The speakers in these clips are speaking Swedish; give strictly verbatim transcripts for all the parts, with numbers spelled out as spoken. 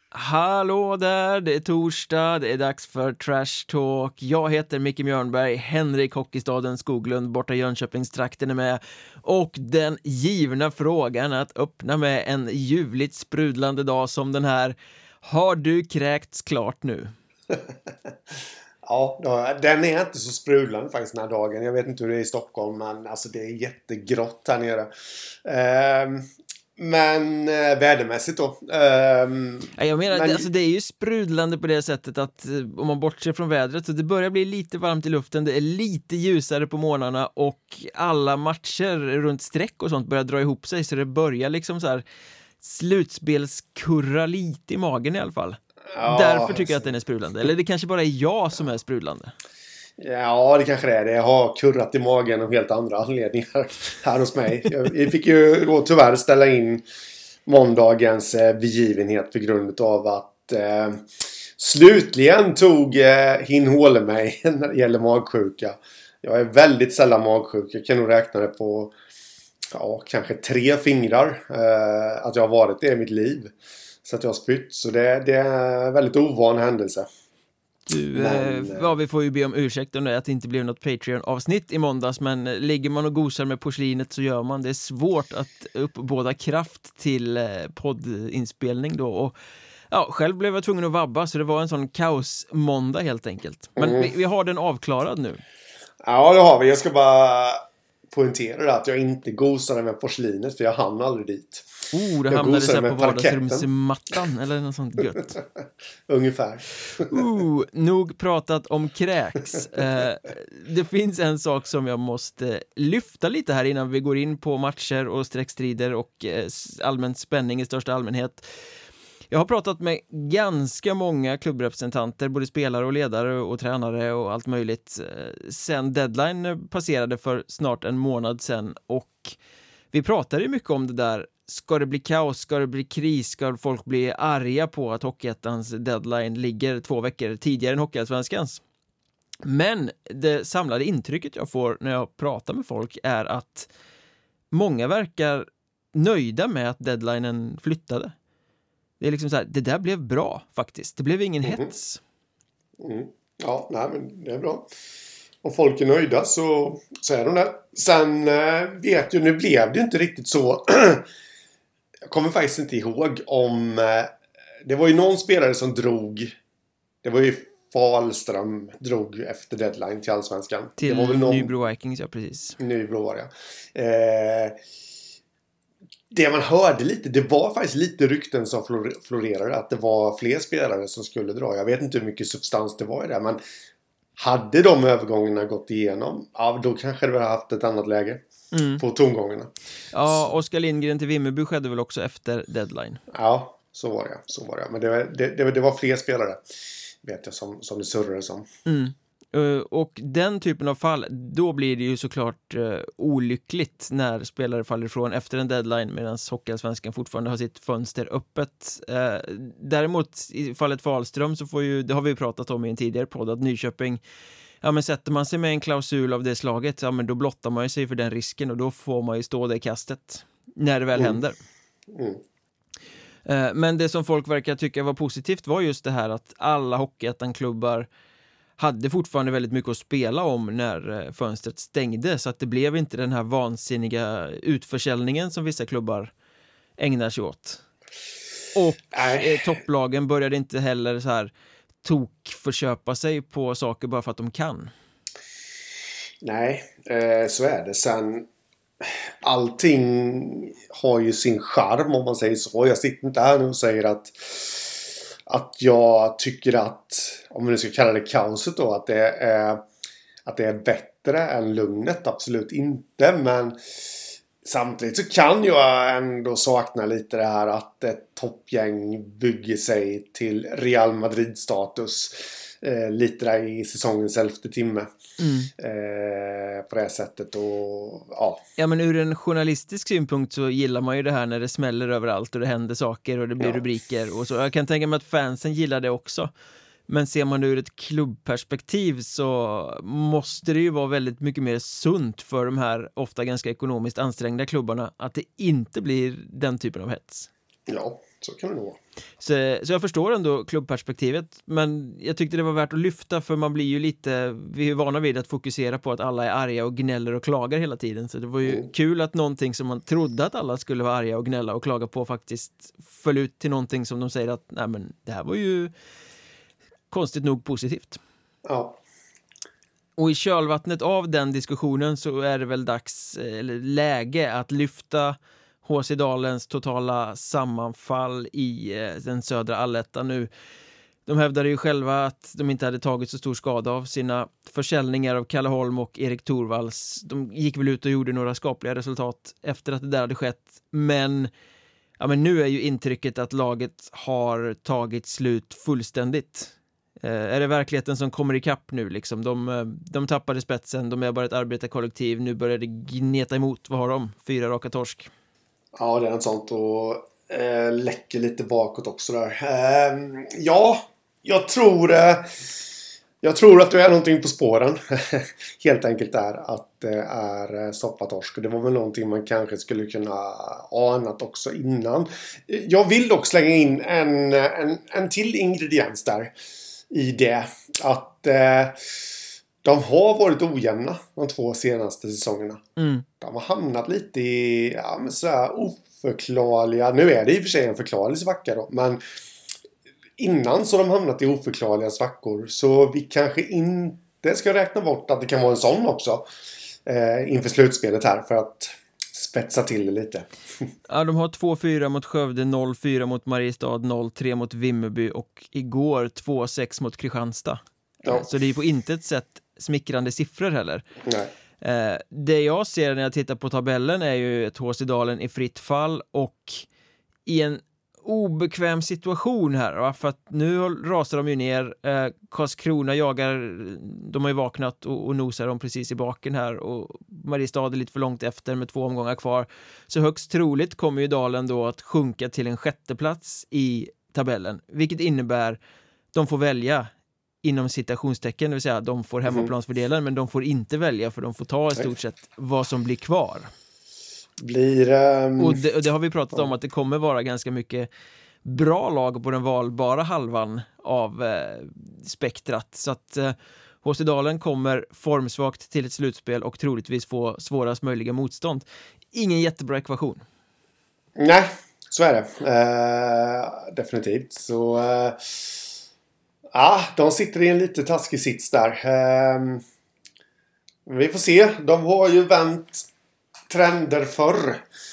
Hallå där, det är torsdag, det är dags för Trash Talk. Jag heter Micke Mjörnberg, Henrik Hockeystaden Skoglund borta i Jönköpingstrakten är med. Och den givna frågan att öppna med en ljuvligt sprudlande dag som den här. Har du kräkts klart nu? Ja, då, den är inte så sprudlande faktiskt den här dagen. Jag vet inte hur det är i Stockholm, men alltså det är jättegrått här nere. Ehm, men eh, vädermässigt då. Ehm, Ja, jag menar, men... det, alltså, det är ju sprudlande på det sättet att eh, om man bortser från vädret så det börjar bli lite varmt i luften, det är lite ljusare på morgnarna och alla matcher runt streck och sånt börjar dra ihop sig så det börjar liksom så här slutspelskurra lite i magen i alla fall. Ja, Därför tycker jag att den är sprudlande. Eller det kanske bara är jag som är sprudlande. Ja, det kanske det är. Det har kurrat i magen av helt andra anledningar här hos mig. Jag fick ju då tyvärr ställa in måndagens eh, begivenhet på grund av att eh, slutligen tog eh, hin håle mig när det gäller magsjuka. Jag är väldigt sällan magsjuk. Jag kan nog räkna det på ja, kanske tre fingrar eh, att jag har varit det i mitt liv. Så att jag har spytt. Så det, det är en väldigt ovan händelse. Du, men, eh, ja, vi får ju be om ursäkt om det att det inte blev något Patreon-avsnitt i måndags, men ligger man och gosar med porslinet så gör man. Det är svårt att uppbåda kraft till eh, poddinspelning då och ja, själv blev jag tvungen att vabba så det var en sån kaos-måndag helt enkelt. Men mm. vi, vi har den avklarad nu. Ja, det har vi. Jag ska bara poängtera det att jag inte gosade med porslinet för jag hann aldrig dit. Oh, det hamnade så på vardagsrumsmattan eller något sånt gött. Ungefär. oh, nog pratat om kräks. Eh, det finns en sak som jag måste lyfta lite här innan vi går in på matcher och sträckstrider och eh, allmän spänning i största allmänhet. Jag har pratat med ganska många klubbrepresentanter, både spelare och ledare och tränare och allt möjligt sen deadline passerade för snart en månad sedan och vi pratade ju mycket om det där. Ska det bli kaos? Ska det bli kris? Ska folk bli arga på att Hockeyettans deadline ligger två veckor tidigare än Hockeyallsvenskans? Men det samlade intrycket jag får när jag pratar med folk är att många verkar nöjda med att deadlinen flyttade. Det är liksom så här, det där blev bra faktiskt. Det blev ingen mm. hets. Mm. Ja, nej, men det är bra. Om folk är nöjda så, så är de där. Sen eh, vet ju, nu blev det inte riktigt så. Jag kommer faktiskt inte ihåg om... Eh, det var ju någon spelare som drog... Det var ju Falström drog efter deadline till Allsvenskan. Till det var väl någon... Nybro Vikings, ja precis. Nybro var det, ja. Eh, det man hörde lite, det var faktiskt lite rykten som florerade att det var fler spelare som skulle dra. Jag vet inte hur mycket substans det var i det, men hade de övergångarna gått igenom, ja, då kanske det hade haft ett annat läge mm. på tongångarna. Ja, Oskar Lindgren till Vimmerby skedde väl också efter deadline. Ja, så var det. Så var det. Men det, det, det, det var fler spelare, vet jag, som, som det surrade som. Mm. Uh, och den typen av fall, då blir det ju såklart uh, olyckligt när spelare faller ifrån efter en deadline medan Hockeyallsvenskan fortfarande har sitt fönster öppet. Uh, däremot i fallet Falström så får ju, det har vi ju pratat om i en tidigare podd, att Nyköping, ja men sätter man sig med en klausul av det slaget, ja men då blottar man ju sig för den risken och då får man ju stå det i kastet när det väl mm. händer. Mm. Uh, men det som folk verkar tycka var positivt var just det här att alla Hockeyettan-klubbar hade fortfarande väldigt mycket att spela om när fönstret stängde så att det blev inte den här vansinniga utförsäljningen som vissa klubbar ägnar sig åt. Och eh, topplagen började inte heller så här tok förköpa sig på saker bara för att de kan. Nej, eh, så är det. Sen allting har ju sin charm om man säger så. Jag sitter inte här nu och säger att Att jag tycker att, om man nu ska kalla det kaoset då, att det är, att det är bättre än lugnet. Absolut inte, men samtidigt så kan jag ändå sakna lite det här att ett toppgäng bygger sig till Real Madrid-status. Eh, lite där i säsongens elfte timme. Mm. Eh, på det här sättet och ja. Ja, men ur en journalistisk synpunkt så gillar man ju det här när det smäller överallt och det händer saker och det blir ja. rubriker och så. Jag kan tänka mig att fansen gillar det också. Men ser man det ur ett klubbperspektiv så måste det ju vara väldigt mycket mer sunt för de här ofta ganska ekonomiskt ansträngda klubbarna att det inte blir den typen av hets. Ja, Så kan det nog vara. Så, så jag förstår ändå klubbperspektivet, men jag tyckte det var värt att lyfta, för man blir ju lite, vi är ju vana vid att fokusera på att alla är arga och gnäller och klagar hela tiden, så det var ju mm. kul att någonting som man trodde att alla skulle vara arga och gnälla och klaga på faktiskt föll ut till någonting som de säger att, nej men det här var ju konstigt nog positivt. Ja. Och i kölvattnet av den diskussionen så är det väl dags, eller läge, att lyfta H C Dalens totala sammanfall i eh, den södra allettan nu. De hävdade ju själva att de inte hade tagit så stor skada av sina försäljningar av Kalle Holm och Erik Torvalds. De gick väl ut och gjorde några skapliga resultat efter att det där hade skett. Men, ja, men nu är ju intrycket att laget har tagit slut fullständigt. Eh, är det verkligheten som kommer ikapp nu? Liksom? De, de tappade spetsen, de är bara ett arbetarkollektiv. Nu börjar det gneta emot. Vad har de? Fyra raka torsk. Ja, det är något sånt, och eh, läcker lite bakåt också där. Eh, ja, jag tror eh, jag tror att det är någonting på spåren. Helt enkelt är att det är soppatorsk. Och det var väl någonting man kanske skulle kunna anat också innan. Jag vill dock slänga in en, en, en till ingrediens där i det. Att eh, de har varit ojämna de två senaste säsongerna. Mm. De har hamnat lite i ja, men så här oförklarliga... Nu är det i och för sig en förklarlig svacka då. Men innan så har de hamnat i oförklarliga svackor. Så vi kanske inte ska räkna bort att det kan vara en sån också. Eh, inför slutspelet här. För att spetsa till det lite. Ja, de har två fyra mot Skövde, noll fyra mot Mariestad, noll tre mot Vimmerby. Och igår två sex mot Kristianstad. Ja. Så det är på intet sätt smickrande siffror heller. Nej. Eh, det jag ser när jag tittar på tabellen är ju ett H C Dalen i fritt fall och i en obekväm situation här, va? För att nu rasar de ju ner. eh, Karlskrona jagar, de har ju vaknat och, och nosar dem precis i baken här, och Mariestad är lite för långt efter med två omgångar kvar, så högst troligt kommer ju Dalen då att sjunka till en sjätte plats i tabellen, vilket innebär de får välja inom citationstecken, det vill säga de får hemmaplansfördelen, men de får inte välja, för de får ta i stort sett vad som blir kvar. Blir um... och, det, och det har vi pratat ja. om, att det kommer vara ganska mycket bra lag på den valbara halvan av eh, spektrat, så att eh, H C Dalen kommer formsvagt till ett slutspel och troligtvis få svårast möjliga motstånd. Ingen jättebra ekvation. Nej, så är det. Uh, definitivt. Så uh... Ja, de sitter i en lite taskig sits där. Um, vi får se. De har ju vänt trender förr.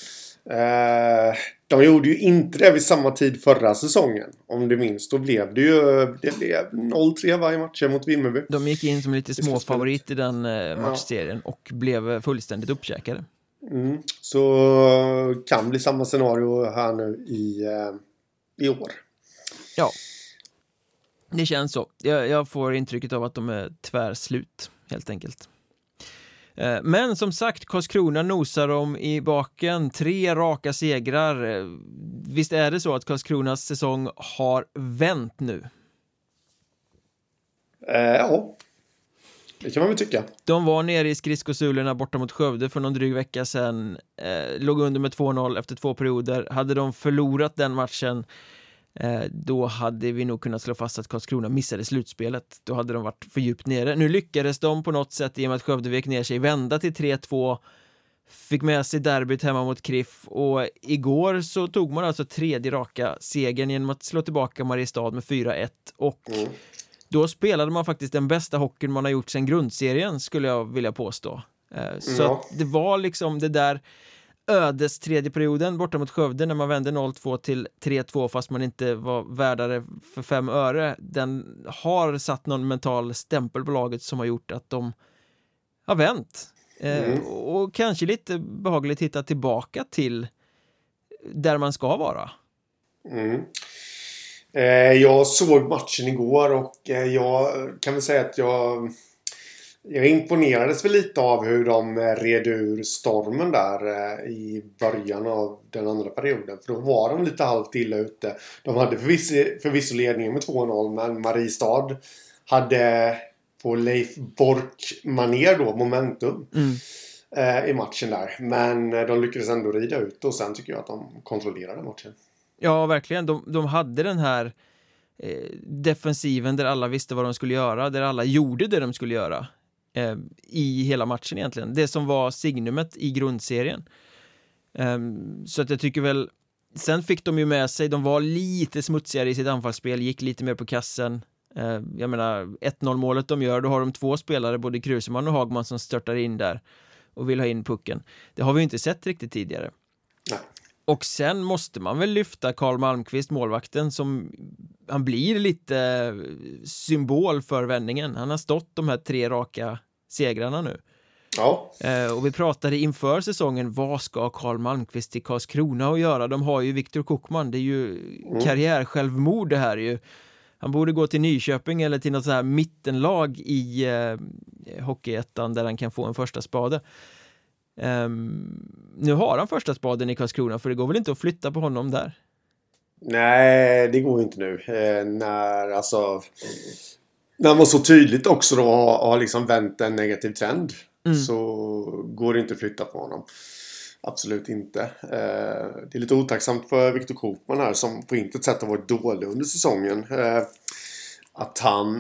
Uh, de gjorde ju inte det vid samma tid förra säsongen. Om du minns, då blev det ju det blev noll tre varje match mot Vimmerby. De gick in som lite små favorit i den uh, matchserien ja. och blev fullständigt uppkäkade. Mm, så kan bli samma scenario här nu i, uh, i år. Ja. Det känns så. Jag, jag får intrycket av att de är tvärslut, helt enkelt. Eh, men som sagt, Karlskrona nosar de i baken. Tre raka segrar. Eh, visst är det så att Karlskronas säsong har vänt nu? Eh, ja, det kan man väl tycka. De var nere i skridskosulorna borta mot Skövde för någon dryg vecka sedan. Eh, låg under med två noll efter två perioder. Hade de förlorat den matchen, då hade vi nog kunnat slå fast att Karlskrona missade slutspelet. Då hade de varit för djupt nere. Nu lyckades de på något sätt, i och med att Skövde vek ner sig, vända till tre två. Fick med sig derbyt hemma mot Kriff. Och igår så tog man alltså tredje raka segern genom att slå tillbaka Mariestad med fyra ett. Och mm. då spelade man faktiskt den bästa hockeyn man har gjort sedan grundserien, skulle jag vilja påstå. Så ja. att det var liksom det där ödes tredje perioden borta mot Skövde när man vände noll två till tre två fast man inte var värdare för fem öre. Den har satt någon mental stämpel på laget som har gjort att de har vänt. Mm. Eh, och kanske lite behagligt hitta tillbaka till där man ska vara. Mm. Eh, jag såg matchen igår och eh, jag kan väl säga att jag Jag imponerades väl lite av hur de red ur stormen där i början av den andra perioden. För då var de lite halvt illa ute. De hade förvisso, förvisso ledningen med två noll, men Mariestad hade på Leif Bork-manér då momentum mm. eh, i matchen där. Men de lyckades ändå rida ut och sen tycker jag att de kontrollerade matchen. Ja, verkligen. De, de hade den här eh, defensiven där alla visste vad de skulle göra, där alla gjorde det de skulle göra eh, i hela matchen egentligen. Det som var signumet i grundserien. Eh, så att jag tycker väl, sen fick de ju med sig, de var lite smutsigare i sitt anfallsspel, gick lite mer på kassen. Eh, jag menar, ett noll målet de gör, då har de två spelare, både Kruseman och Hagman, som störtar in där och vill ha in pucken. Det har vi ju inte sett riktigt tidigare. Nej. Och sen måste man väl lyfta Karl Malmqvist, målvakten, som han blir lite symbol för vändningen. Han har stått de här tre raka segrarna nu. Ja. Eh, och vi pratade inför säsongen, vad ska Karl Malmqvist till Karlskrona att göra? De har ju Viktor Kockman, det är ju mm. karriärsjälvmord det här ju. Han borde gå till Nyköping eller till något så här mittenlag i eh, Hockeyettan där han kan få en första spade. Um, nu har han första spaden i Karlskrona, för det går väl inte att flytta på honom där? Nej, det går inte nu. Eh, när alltså när man så tydligt också då har, har liksom vänt en negativ trend, mm. så går det inte att flytta på honom. Absolut inte. Eh, det är lite otacksamt för Viktor Koopman här, som på intet sätt har varit dålig under säsongen. Eh, att han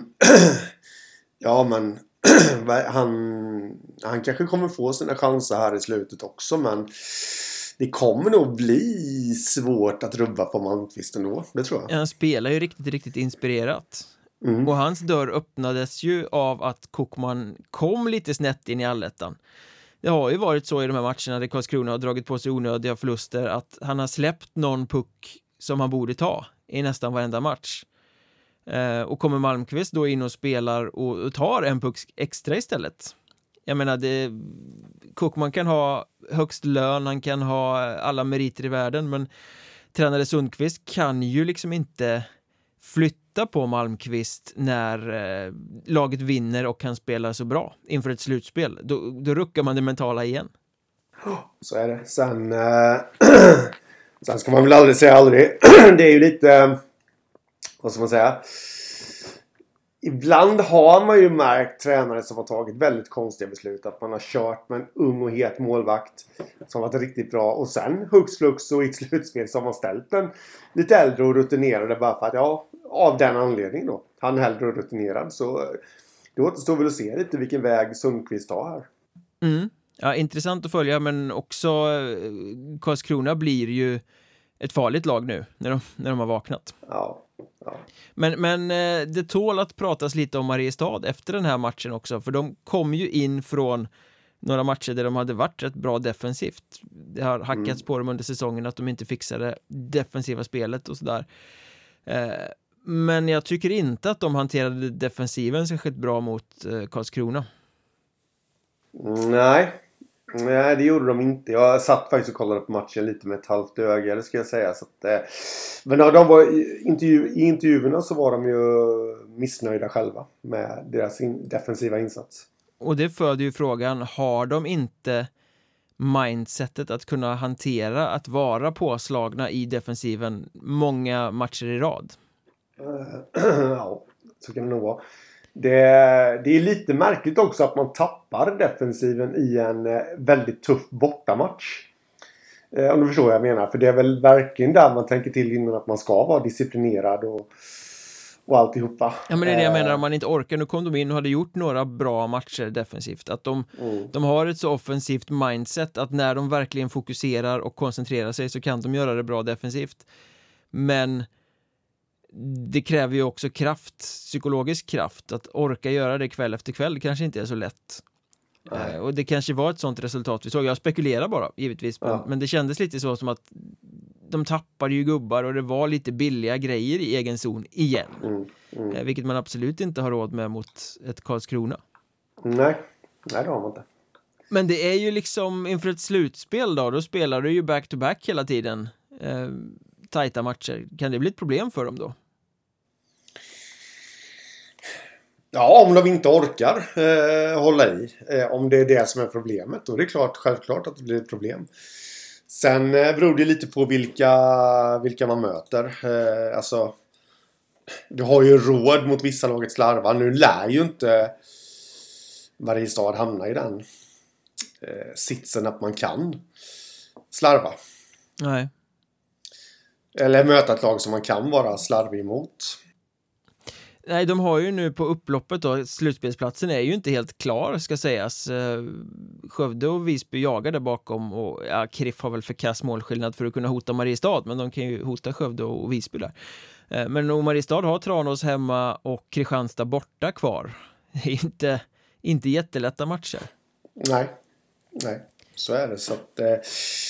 ja men han, han kanske kommer få sina chanser här i slutet också, men det kommer nog bli svårt att rubba på Malmqvist ändå, det tror jag. Han spelar ju riktigt, riktigt inspirerat. Mm. Och hans dörr öppnades ju av att Kockman kom lite snett in i allettan. Det har ju varit så i de här matcherna där Karlskrona har dragit på sig onödiga förluster, att han har släppt någon puck som han borde ta i nästan varenda match. Eh, och kommer Malmqvist då in och spelar och, och tar en puck extra istället. Jag menar, det, Kockman kan ha högst lön, han kan ha alla meriter i världen, men tränare Sundqvist kan ju liksom inte flytta på Malmqvist när eh, laget vinner och kan spela så bra inför ett slutspel. Då, då ruckar man det mentala igen. Så är det. Sen, eh, sen ska man väl aldrig säga aldrig. Det är ju lite, vad ska man säga? Ibland har man ju märkt tränare som har tagit väldigt konstiga beslut. Att man har kört med en ung och het målvakt som har varit riktigt bra. Och sen hux flux och i ett slutspel som har ställt en lite äldre och rutinerade bara för att, ja, av den anledningen då. Han är äldre och rutinerad, så det återstår väl att se lite vilken väg Sundqvist tar här. Mm. Ja, intressant att följa, men också Karlskrona blir ju ett farligt lag nu när de, när de har vaknat. Ja. Ja. Men, men det tål att pratas lite om Mariestad efter den här matchen också, för de kom ju in från några matcher där de hade varit rätt bra defensivt. Det har hackats mm. på dem under säsongen att de inte fixade defensiva spelet och sådär. Eh, men jag tycker inte att de hanterade defensiven särskilt bra mot eh, Karlskrona. Nej. Nej, det gjorde de inte. Jag satt faktiskt och kollade på matchen lite med ett halvt öga, det ska jag säga. Så att, eh, men när de var i, intervju, i intervjuerna så var de ju missnöjda själva med deras in, defensiva insats. Och det föder ju frågan, har de inte mindsetet att kunna hantera att vara påslagna i defensiven många matcher i rad? Ja, så kan det nog vara. Det, det är lite märkligt också att man tappar defensiven i en väldigt tuff bortamatch. Eh, om du förstår vad jag menar. För det är väl verkligen där man tänker till innan att man ska vara disciplinerad och, och alltihopa. Ja, men det är det jag menar, om man inte orkar. Nu kom de in och hade gjort några bra matcher defensivt. Att de, mm. de har ett så offensivt mindset att när de verkligen fokuserar och koncentrerar sig så kan de göra det bra defensivt. Men det kräver ju också kraft, psykologisk kraft, att orka göra det kväll efter kväll kanske inte är så lätt. Eh, och det kanske var ett sånt resultat vi såg. Jag spekulerar bara, givetvis, men, ja. men det kändes lite så som att de tappade ju gubbar och det var lite billiga grejer i egen zon igen. Mm, mm. Eh, vilket man absolut inte har råd med mot ett Karlskrona. Nej, nej det har man inte. Men det är ju liksom inför ett slutspel då, då spelar du ju back-to-back hela tiden. Eh, tajta matcher. Kan det bli ett problem för dem då? Ja, om de inte orkar eh, hålla i. Eh, om det är det som är problemet, då är det klart, självklart att det blir ett problem. Sen eh, beror det lite på vilka, vilka man möter. Eh, alltså, du har ju råd mot vissa laget slarva. Nu lär ju inte Mariestad hamna i den eh, sitsen att man kan slarva. Nej. Eller möta ett lag som man kan vara slarvig emot. Nej, de har ju nu på upploppet då, slutspelsplatsen är ju inte helt klar ska sägas. Skövde och Visby jagar där bakom och ja, Kriff har väl för kass målskillnad för att kunna hota Mariestad, men de kan ju hota Skövde och Visby där. Men om Mariestad har Tranås hemma och Kristianstad borta kvar, det är inte, inte jättelätta matcher. Nej, nej, så är det. Så att eh,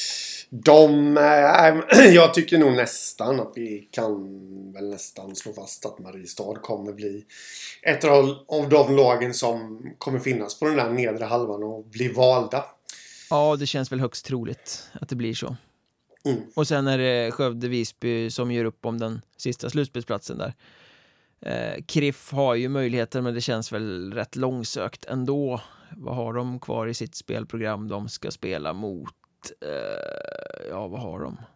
de, eh, jag tycker nog nästan att vi kan väl nästan slå fast att Mariestad kommer bli ett av de lagen som kommer finnas på den där nedre halvan och bli valda. Ja, det känns väl högst troligt att det blir så. Mm. Och sen är det Skövde-Visby som gör upp om den sista slutspelsplatsen där. Eh, Kriff har ju möjligheter, men det känns väl rätt långsökt ändå. Vad har de kvar i sitt spelprogram de ska spela mot? Eh, ja, vad har de?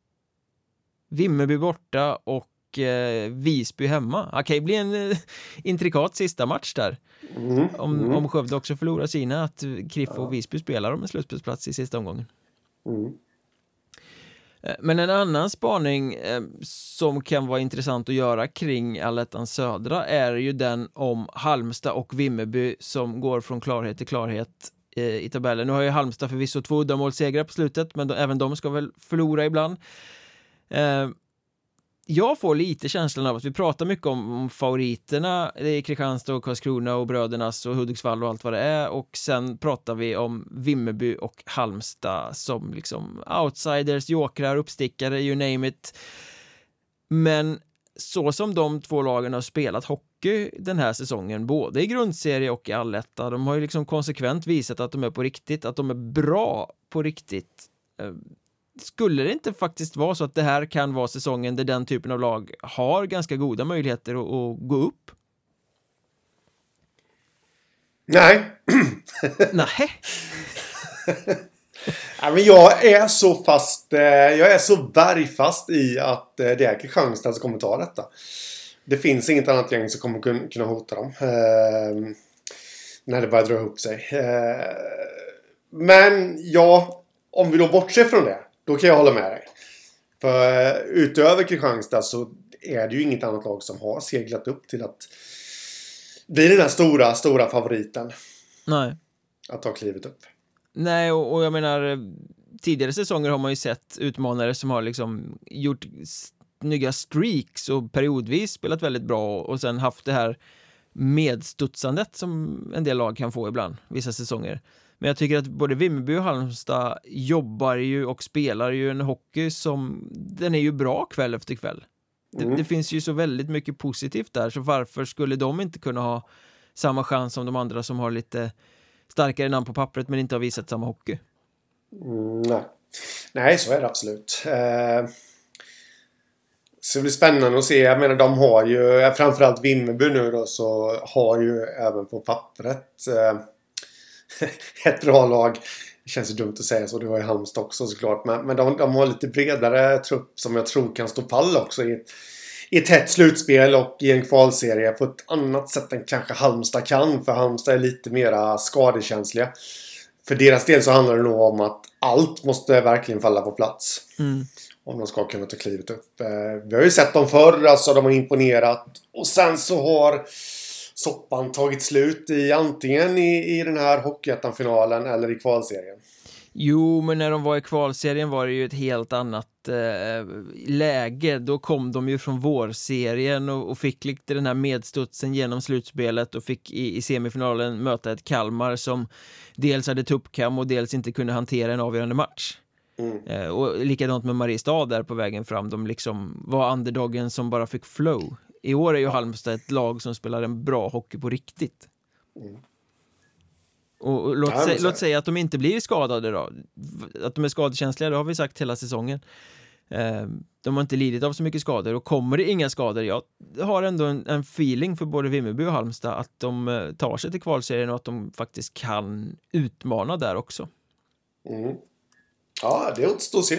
Vimmerby borta och eh, Visby hemma. Det kan ju bli en eh, intrikat sista match där. Mm. Om, Mm. om Skövde också förlorar sina, att Kriff och Visby spelar om en slutspelsplats i sista omgången. Mm. Men en annan spaning eh, som kan vara intressant att göra kring Allettan Södra är ju den om Halmstad och Vimmerby som går från klarhet till klarhet eh, i tabellen. Nu har ju Halmstad förvisso två uddamålssegrar på slutet, men då, även de ska väl förlora ibland. Eh, jag får lite känslan av att vi pratar mycket om, om favoriterna. Det är Kristianstad och Karlskrona och Brödernas och Hudiksvall och allt vad det är. Och sen pratar vi om Vimmerby och Halmstad som liksom outsiders, jokrar, uppstickare, you name it. Men så som de två lagen har spelat hockey den här säsongen, både i grundserie och i alletta, de har ju liksom konsekvent visat att de är på riktigt, att de är bra på riktigt. Skulle det inte faktiskt vara så att det här kan vara säsongen där den typen av lag har ganska goda möjligheter att, att gå upp? Nej. Nej. Ja, men jag är så fast, eh, jag är så bergfast i att eh, det är Kristianstad som kommer ta detta. Det finns inget annat gäng som kommer kun, kunna hota dem. Eh, när det börjar dra ihop sig. Eh, men ja, om vi då bortser från det, då kan jag hålla med dig. För eh, utöver Kristianstad så är det ju inget annat lag som har seglat upp till att bli den här stora, stora favoriten. Nej. Att ta klivet upp. Nej, och, och jag menar, tidigare säsonger har man ju sett utmanare som har liksom gjort snygga streaks och periodvis spelat väldigt bra och sen haft det här medstudsandet som en del lag kan få ibland, vissa säsonger. Men jag tycker att både Vimmerby och Halmstad jobbar ju och spelar ju en hockey som, den är ju bra kväll efter kväll. Mm. Det, det finns ju så väldigt mycket positivt där, så varför skulle de inte kunna ha samma chans som de andra som har lite starkare namn på pappret men inte har visat samma hockey? Mm, nej. nej, så är det absolut. Eh, så det blir spännande att se. Jag menar, de har ju, framförallt Vimmerby nu då, så har ju även på pappret eh, ett bra lag. Det känns ju dumt att säga så, det har ju Halmstad också såklart. Men, men de, de har lite bredare trupp som jag tror kan stå pall också i ett, i ett tätt slutspel och i en kvalserie på ett annat sätt än kanske Halmstad kan. För Halmstad är lite mera skadekänsliga. För deras del så handlar det nog om att allt måste verkligen falla på plats. Mm. Om de ska kunna ta klivet upp. Vi har ju sett dem förr, alltså de har imponerat. Och sen så har soppan tagit slut i antingen i, i den här Hockeyettan-finalen eller i kvalserien. Jo, men när de var i kvalserien var det ju ett helt annat eh, läge. Då kom de ju från vårserien och, och fick lite den här medstudsen genom slutspelet och fick i, i semifinalen möta ett Kalmar som dels hade tuppkam och dels inte kunde hantera en avgörande match. Mm. Eh, och likadant med Mariestad där på vägen fram. De liksom var underdoggen som bara fick flow. I år är ju Halmstad ett lag som spelar en bra hockey på riktigt. Mm. Och, och låt, ja, sä- låt säga att de inte blir skadade då. Att de är skadekänsliga, det har vi sagt hela säsongen. Eh, de har inte lidit av så mycket skador. Och kommer det inga skador, jag har ändå en, en feeling för både Vimmerby och Halmstad att de eh, tar sig till kvalserien och att de faktiskt kan utmana där också. Mm. Ja, det återstår att se.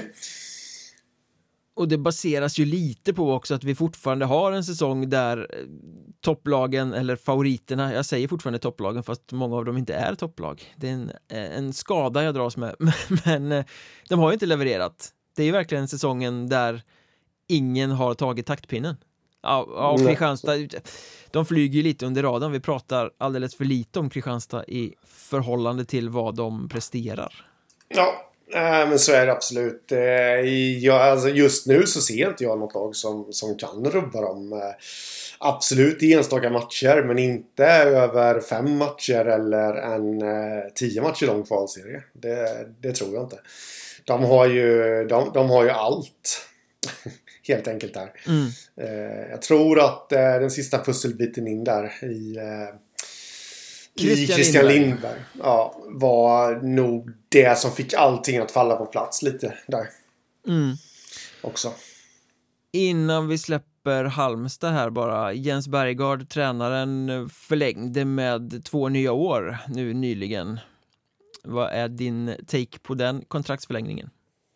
Och det baseras ju lite på också att vi fortfarande har en säsong där topplagen eller favoriterna, jag säger fortfarande topplagen fast många av dem inte är topplag. Det är en, en skada jag dras med, men de har ju inte levererat. Det är ju verkligen säsongen där ingen har tagit taktpinnen. Ja, ja Kristianstad, de flyger ju lite under radarn. Vi pratar alldeles för lite om Kristianstad i förhållande till vad de presterar. Ja, äh, men så är det absolut. Eh, jag, alltså just nu så ser inte jag något lag som, som kan rubba dem. Eh, absolut i enstaka matcher, men inte över fem matcher eller en eh, tio matcher lång kvalserie. Det, det tror jag inte. De har ju, de, de har ju allt. Helt enkelt där. Mm. Eh, jag tror att eh, den sista pusselbiten in där i, eh, Christian, i Christian Lindberg, Lindberg ja, var nog det som fick allting att falla på plats lite där. Mm. Också. Innan vi släpper Halmstad här bara. Jens Berggard, tränaren, förlängde med två nya år nu nyligen. Vad är din take på den kontraktsförlängningen?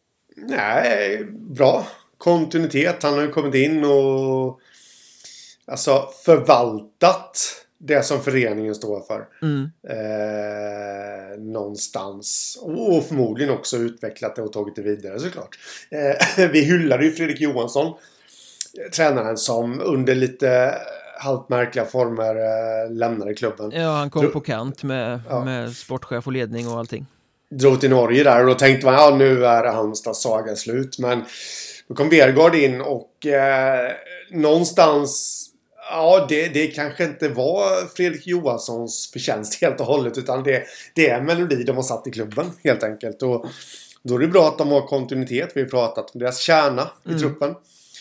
Nej, bra. Kontinuitet. Han har ju kommit in och alltså förvaltat det som föreningen står för. Mm. Eh, någonstans. Och förmodligen också utvecklat det och tagit det vidare såklart. Eh, vi hyllade ju Fredrik Johansson. Tränaren som under lite halvt märkliga former eh, lämnade klubben. Ja, han kom Dro- på kant med, ja. med sportchef och ledning och allting. Drog till Norge där och då tänkte man ja nu är Halmstads saga slut. Men då kom Berggard in och eh, någonstans ja det, det kanske inte var Fredrik Johanssons förtjänst helt och hållet utan det, det är melodi de har satt i klubben helt enkelt. Och då är det bra att de har kontinuitet. Vi har pratat om deras kärna i mm. truppen.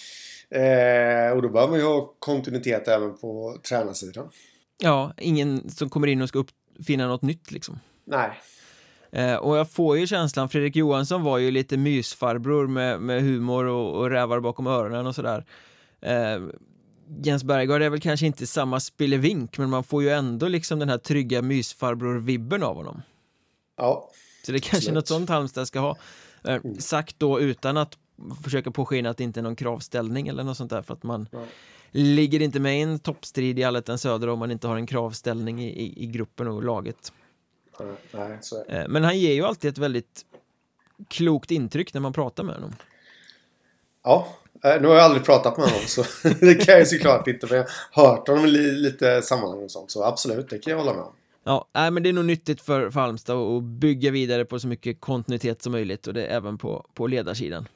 Eh, och då bör man ju ha kontinuitet även på tränarsidan. Ja, ingen som kommer in och ska uppfinna något nytt liksom. Nej. Eh, och jag får ju känslan, Fredrik Johansson var ju lite mysfarbror med, med humor och, och rävar bakom öronen och sådär. Eh, Jens Berggard är väl kanske inte samma spelevink, men man får ju ändå liksom den här trygga mysfarbror-vibben av honom. Ja. Så det är kanske något sånt Halmstad ska ha. Eh, mm. Sagt då utan att försöka påskina att det inte är någon kravställning eller något sånt där, för att man ja. ligger inte med i en toppstrid i Allettan Söder om man inte har en kravställning i, i, i gruppen och laget. Ja, nej, så är det. Men han ger ju alltid ett väldigt klokt intryck när man pratar med honom. Ja, nu har jag aldrig pratat med honom så det kan jag ju såklart inte, men jag har hört honom i lite sammanhang och sånt, så absolut, det kan jag hålla med om. Ja, nej, men det är nog nyttigt för, för Halmstad att bygga vidare på så mycket kontinuitet som möjligt, och det är även på, på ledarsidan.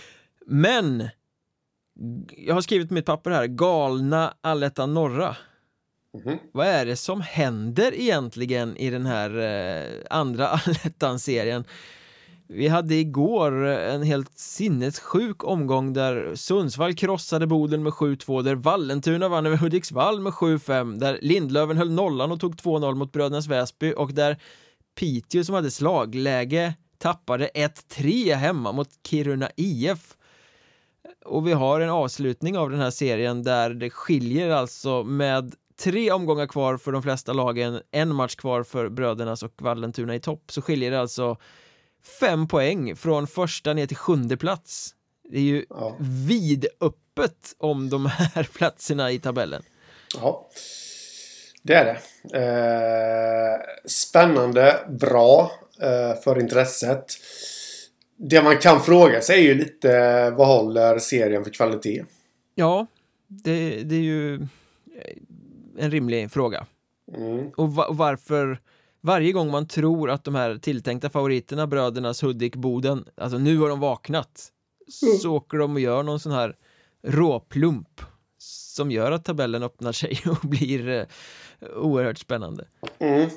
Men jag har skrivit på mitt papper här, galna Allettan Norra. Mm-hmm. Vad är det som händer egentligen i den här eh, andra Allettan-serien? Vi hade igår en helt sinnessjuk omgång där Sundsvall krossade Boden med sju två, där Vallentuna vann över Hudiksvall med sju fem, där Lindlöven höll nollan och tog två noll mot Brödernas Väsby, och där Piteå som hade slagläge tappade ett tre hemma mot Kiruna I F. Och vi har en avslutning av den här serien där det skiljer alltså med tre omgångar kvar för de flesta lagen, en match kvar för Brödernas och Vallentuna i topp, så skiljer det alltså fem poäng från första ner till sjunde plats. Det är ju ja. vidöppet om de här platserna i tabellen. Ja, det är det. Eh, spännande, bra eh, för intresset. Det man kan fråga sig är ju lite, vad håller serien för kvalitet? Ja, det, det är ju en rimlig fråga. Mm. Och va- varför varje gång man tror att de här tilltänkta favoriterna, Brödernas, Hudik, Boden, alltså nu har de vaknat, mm. så åker de och gör någon sån här råplump som gör att tabellen öppnar sig och blir eh, oerhört spännande. Mm.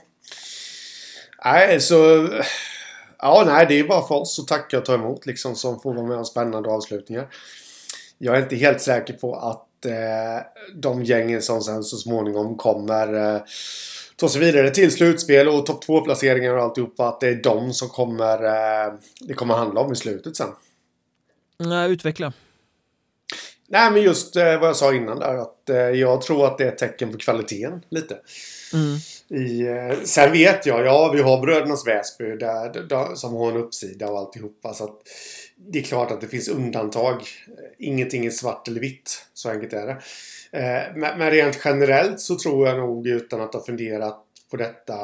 Nej, så ja, nej, det är bara för oss att tacka och ta emot liksom, som får vara med om spännande avslutningar. Jag är inte helt säker på att eh, de gängen som sen så småningom kommer eh, ta sig vidare till slutspel och topp två placeringar och alltihopa, att det är de som kommer eh, det kommer handla om i slutet sen. Nej, utveckla. Nej, men just eh, vad jag sa innan där, att eh, jag tror att det är ett tecken på kvaliteten lite. Mm. I, eh, sen vet jag, ja, vi har Brödernas Väsby där, där, som har en uppsida och alltihopa, så att det är klart att det finns undantag. Ingenting är svart eller vitt, så enkelt är det. Eh, men, men rent generellt så tror jag nog, utan att ha funderat på detta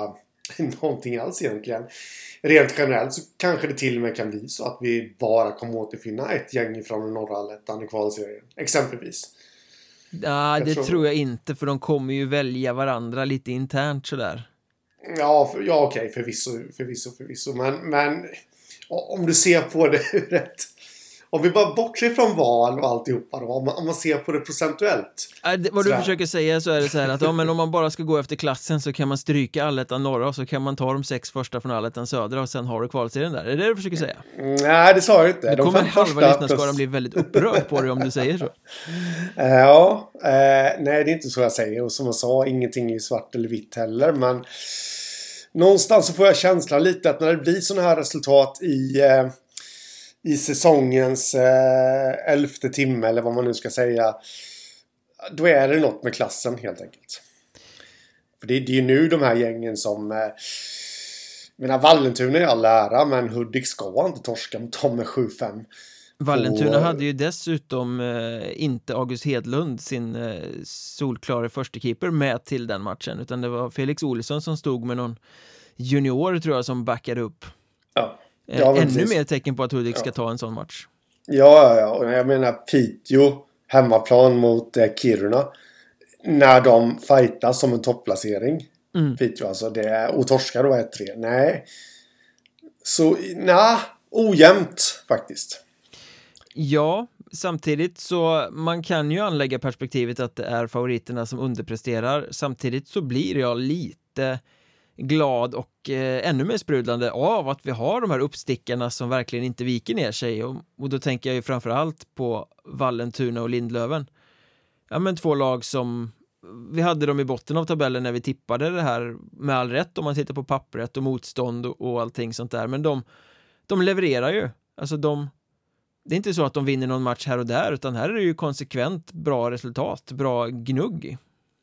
någonting alls egentligen. Rent generellt så kanske det till och med kan bli så att vi bara kommer återfinna ett gäng från den norra allettan i kvalserien. Exempelvis. Ja, det tror... tror jag inte, för de kommer ju välja varandra lite internt sådär. Ja, för, ja okej, förvisso, förvisso, förvisso. Men, men om du ser på det rätt... Om vi bara bortser från val och alltihopa då, om man, om man ser på det procentuellt. Äh, det, vad du försöker säga så är det så här att ja, men om man bara ska gå efter klassen så kan man stryka allettan norra och så kan man ta de sex första från allettan södra och sen har du kvalserien där. Är det det du försöker säga? Mm, nej, det sa jag inte. Det kommer halva lyssnarskaran plus... bli väldigt upprörd på det om du säger så. Ja, eh, nej det är inte så jag säger. Och som jag sa, ingenting är svart eller vitt heller. Men någonstans så får jag känslan lite att när det blir sådana här resultat i... Eh, i säsongens eh, elfte timme eller vad man nu ska säga, då är det något med klassen helt enkelt. För det, det är ju nu de här gängen som eh, menar Vallentuna är all ära, men Hudik ska inte torska mot dem med sju fem. Vallentuna hade ju dessutom eh, inte August Hedlund, sin eh, solklara förstekeeper, med till den matchen, utan det var Felix Olsson som stod med någon junior tror jag som backade upp. Ja. Ja, ännu precis. Mer tecken på att Hudik ja. ska ta en sån match. Ja, ja, och jag menar Piteå hemmaplan mot eh, Kiruna när de fightas som en topplacering. Mm. Piteå alltså, det är och torskar då ett tre. Nej. Så, nej, ojämnt faktiskt. Ja, samtidigt så man kan ju anlägga perspektivet att det är favoriterna som underpresterar. Samtidigt så blir jag lite glad och eh, ännu mer sprudlande av att vi har de här uppstickarna som verkligen inte viker ner sig, och, och då tänker jag ju framförallt på Vallentuna och Lindlöven. Ja, men två lag som vi hade dem i botten av tabellen när vi tippade det här, med all rätt om man tittar på pappret och motstånd och, och allting sånt där, men de, de levererar ju, alltså de det är inte så att de vinner någon match här och där, utan här är det ju konsekvent bra resultat, bra gnugg.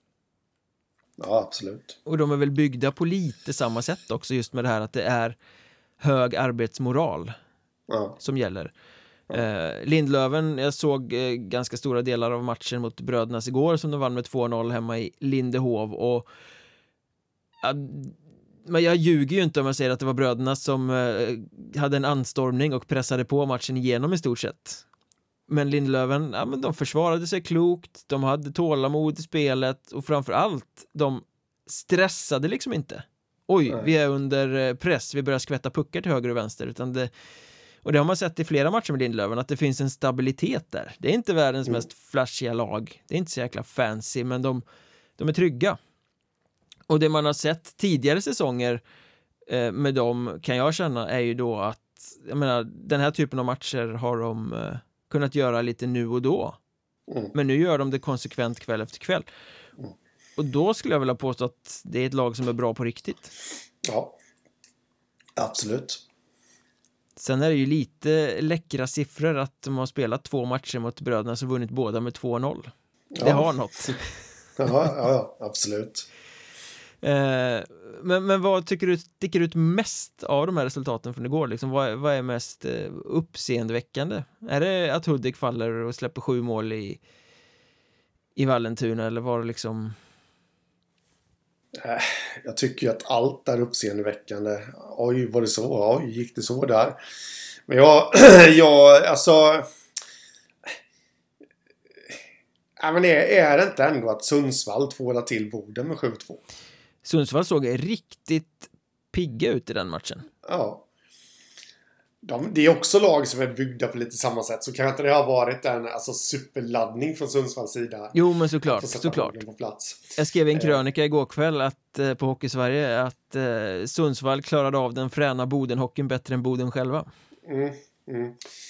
Ja, absolut. Och de är väl byggda på lite samma sätt också, just med det här att det är hög arbetsmoral ja. som gäller. Ja. Eh, Lindlöven, jag såg eh, ganska stora delar av matchen mot Brödernas igår som de vann med två noll hemma i Lindehov, och ja, men jag ljuger ju inte om jag säger att det var Bröderna som eh, hade en anstormning och pressade på matchen igenom i stort sett. Men Lindlöven, ja, men de försvarade sig klokt, de hade tålamod i spelet och framförallt de stressade liksom inte. Oj, Nej. vi är under press, vi börjar skvätta puckar till höger och vänster, utan det, och det har man sett i flera matcher med Lindlöven, att det finns en stabilitet där. Det är inte världens mm. mest flashiga lag, det är inte så jäkla fancy, men de, de är trygga. Och det man har sett tidigare säsonger eh, med dem, kan jag känna, är ju då att jag menar, den här typen av matcher har de eh, kunnat göra lite nu och då. Mm. Men nu gör de det konsekvent kväll efter kväll. Mm. Och då skulle jag vilja påstå att det är ett lag som är bra på riktigt. Ja, absolut. Sen är det ju lite läckra siffror att de har spelat två matcher mot Bröderna som vunnit båda med två noll. Ja. Det har något. ja, ja, absolut. Eh, men, men vad tycker du sticker ut mest av de här resultaten från igår? Liksom, vad, vad är mest eh, uppseendeväckande? Är det att Hudik faller och släpper sju mål i, i Vallentuna, eller var det liksom... Eh, jag tycker ju att allt är uppseendeväckande. Oj, var det så? Oj, gick det så där? Men jag, jag alltså... Ja, men är, är det inte ändå att Sundsvall tvålar till Boden med sju två? Sundsvall såg riktigt pigga ut i den matchen. Ja. De, det är också lag som är byggda på lite samma sätt. Så kan inte det ha varit en alltså, superladdning från Sundsvalls sida? Jo, men såklart. såklart. På plats. Jag skrev en krönika igår kväll att, eh, på Hockey Sverige att eh, Sundsvall klarade av den fräna Bodenhockeyn bättre än Boden själva. Mm, mm.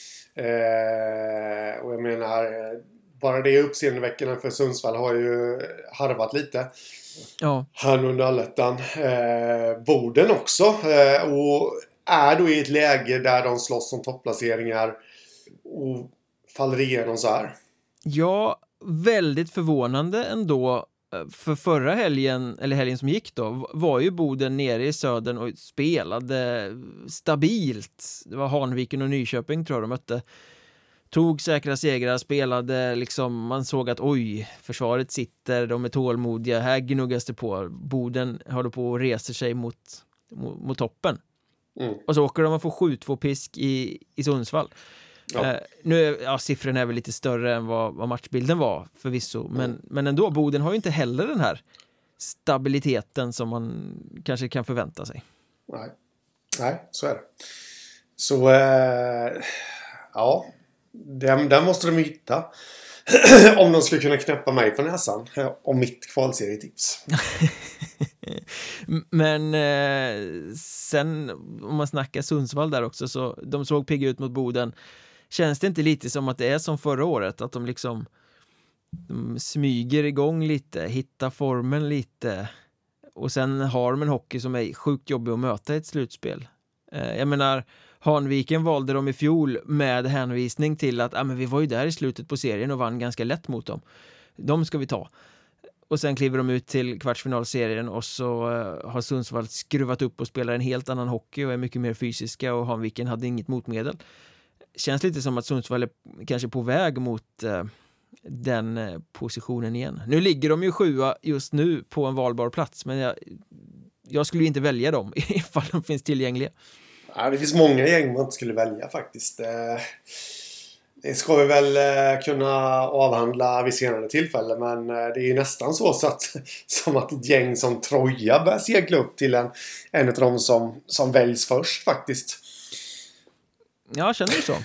Eh, och jag menar... Bara det uppseendeväckande för Sundsvall har ju harvat lite. Ja. Han under allettan. Eh, Boden också. Eh, och är då i ett läge där de slåss om topplaceringar och faller igenom så här. Ja, väldigt förvånande ändå. För förra helgen, eller helgen som gick då, var ju Boden nere i södern och spelade stabilt. Det var Hanviken och Nyköping tror jag de mötte. tog säkra segrar, spelade liksom, man såg att oj, försvaret sitter, de är tålmodiga, här gnuggas det på, Boden håller på och reser sig mot, mot, mot toppen. Mm. Och så åker de och får sju två pisk i, i Sundsvall. Ja. Eh, nu är, ja, siffrorna är väl lite större än vad, vad matchbilden var förvisso, men, mm. men ändå, Boden har ju inte heller den här stabiliteten som man kanske kan förvänta sig. Nej, Nej så är det. Så eh, ja, den, den måste de hitta. Om de skulle kunna knäppa mig på näsan om mitt kvalserietips. Men eh, sen om man snackar Sundsvall där också, så de såg pigga ut mot Boden. Känns det inte lite som att det är som förra året, att de liksom de smyger igång lite, hittar formen lite, och sen har de en hockey som är sjukt jobbig att möta i ett slutspel. eh, jag menar, Hanviken valde de i fjol med hänvisning till att ah, men vi var ju där i slutet på serien och vann ganska lätt mot dem, de ska vi ta. Och sen kliver de ut till kvartsfinalserien och så uh, har Sundsvall skruvat upp och spelar en helt annan hockey och är mycket mer fysiska, och Hanviken hade inget motmedel. Känns lite som att Sundsvall är kanske på väg mot uh, den uh, positionen igen. Nu ligger de ju sjua just nu på en valbar plats, men jag, jag skulle inte välja dem ifall de finns tillgängliga. Ja, det finns många gäng man inte skulle välja faktiskt. Det ska vi väl kunna avhandla vid senare tillfälle, men det är ju nästan så, så att, som att ett gäng som Troja börjar segla upp till en, en av dem som, som väljs först faktiskt. Ja, känner du så?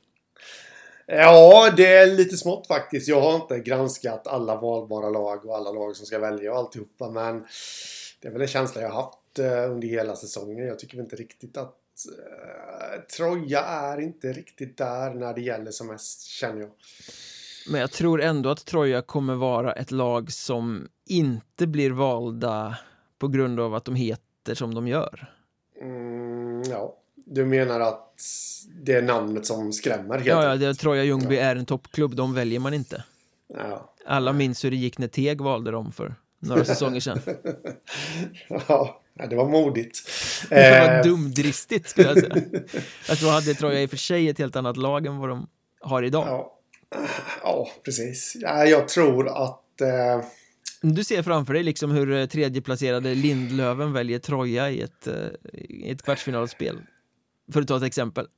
Ja, det är lite smått faktiskt. Jag har inte granskat alla valbara lag och alla lag som ska välja och alltihopa, men det är väl en känsla jag har haft under hela säsongen. Jag tycker inte riktigt att uh, Troja är inte riktigt där när det gäller som mest, känner jag. Men jag tror ändå att Troja kommer vara ett lag som inte blir valda på grund av att de heter som de gör. Mm, ja, du menar att det är namnet som skrämmer helt. Ja, ja, det är Troja Ljungby ja. Är en toppklubb, de väljer man inte. Ja. Alla minns hur det gick när Teg valde dem för några säsonger sedan. Ja, det var modigt. Det var dumdristigt, skulle jag säga. Att då hade Troja i och för sig ett helt annat lag än vad de har idag. Ja, ja precis. Ja, jag tror att... Eh... Du ser framför dig liksom hur tredjeplacerade Lindlöven väljer Troja i ett, i ett kvartsfinalspel. För att ta ett exempel.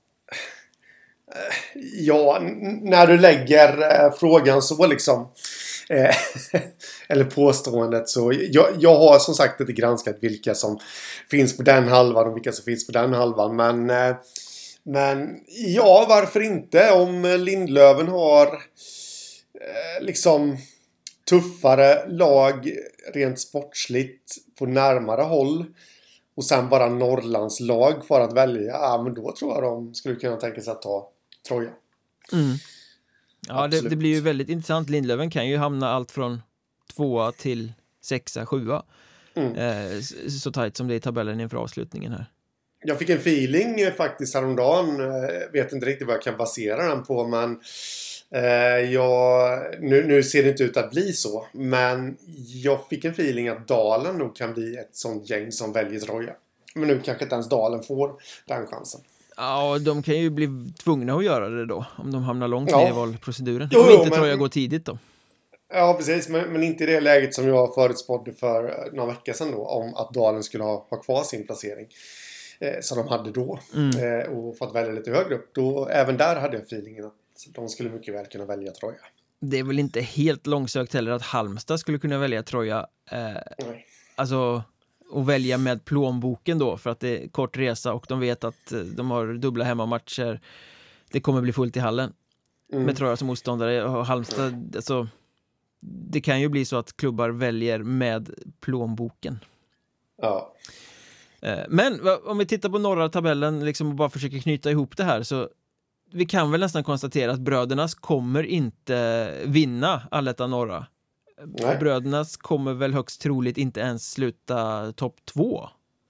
Ja, n- när du lägger eh, frågan så liksom eh, eller påståendet, så jag, jag har som sagt inte granskat vilka som finns på den halvan och vilka som finns på den halvan, men eh, men ja, varför inte? Om Lindlöven har eh, liksom tuffare lag rent sportsligt på närmare håll och sen bara Norrlands lag för att välja, ja, men då tror jag de skulle kunna tänka sig att ta Troja. Mm. Ja, det, det blir ju väldigt intressant. Lindlöven kan ju hamna allt från tvåa till sexa, sjua. Mm. Eh, så tajt som det är i tabellen inför avslutningen här. Jag fick en feeling faktiskt häromdagen. Jag vet inte riktigt vad jag kan basera den på, men eh, jag, nu, nu ser det inte ut att bli så. Men jag fick en feeling att Dalen nog kan bli ett sånt gäng som väljer Troja. Men nu kanske inte ens Dalen får den chansen. Ja, de kan ju bli tvungna att göra det då, om de hamnar långt ja. ner i valproceduren. Jo, om inte men, Troja går tidigt då. Ja, precis. Men, men inte i det läget som jag förutspådde för några veckor sedan då, om att Dalen skulle ha, ha kvar sin placering. Eh, som de hade då. Mm. Eh, och fått välja lite högre upp. Då, även där hade jag feelingen att de skulle mycket väl kunna välja Troja. Det är väl inte helt långsökt heller att Halmstad skulle kunna välja Troja. Eh, Nej. Alltså... och välja med plånboken då, för att det är kort resa och de vet att de har dubbla hemmamatcher. Det kommer bli fullt i hallen. Mm. Med Troja som motståndare och Halmstad, mm. alltså, det kan ju bli så att klubbar väljer med plånboken. Ja. Men om vi tittar på norra tabellen liksom, och bara försöker knyta ihop det här, så vi kan väl nästan konstatera att brödernas kommer inte vinna Allettan norra. Nej. Brödernas kommer väl högst troligt inte ens sluta topp två.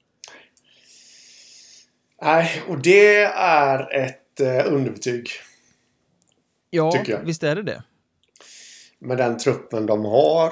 Nej, och det är ett eh, underbetyg. Ja, visst är det det. Med den truppen de har,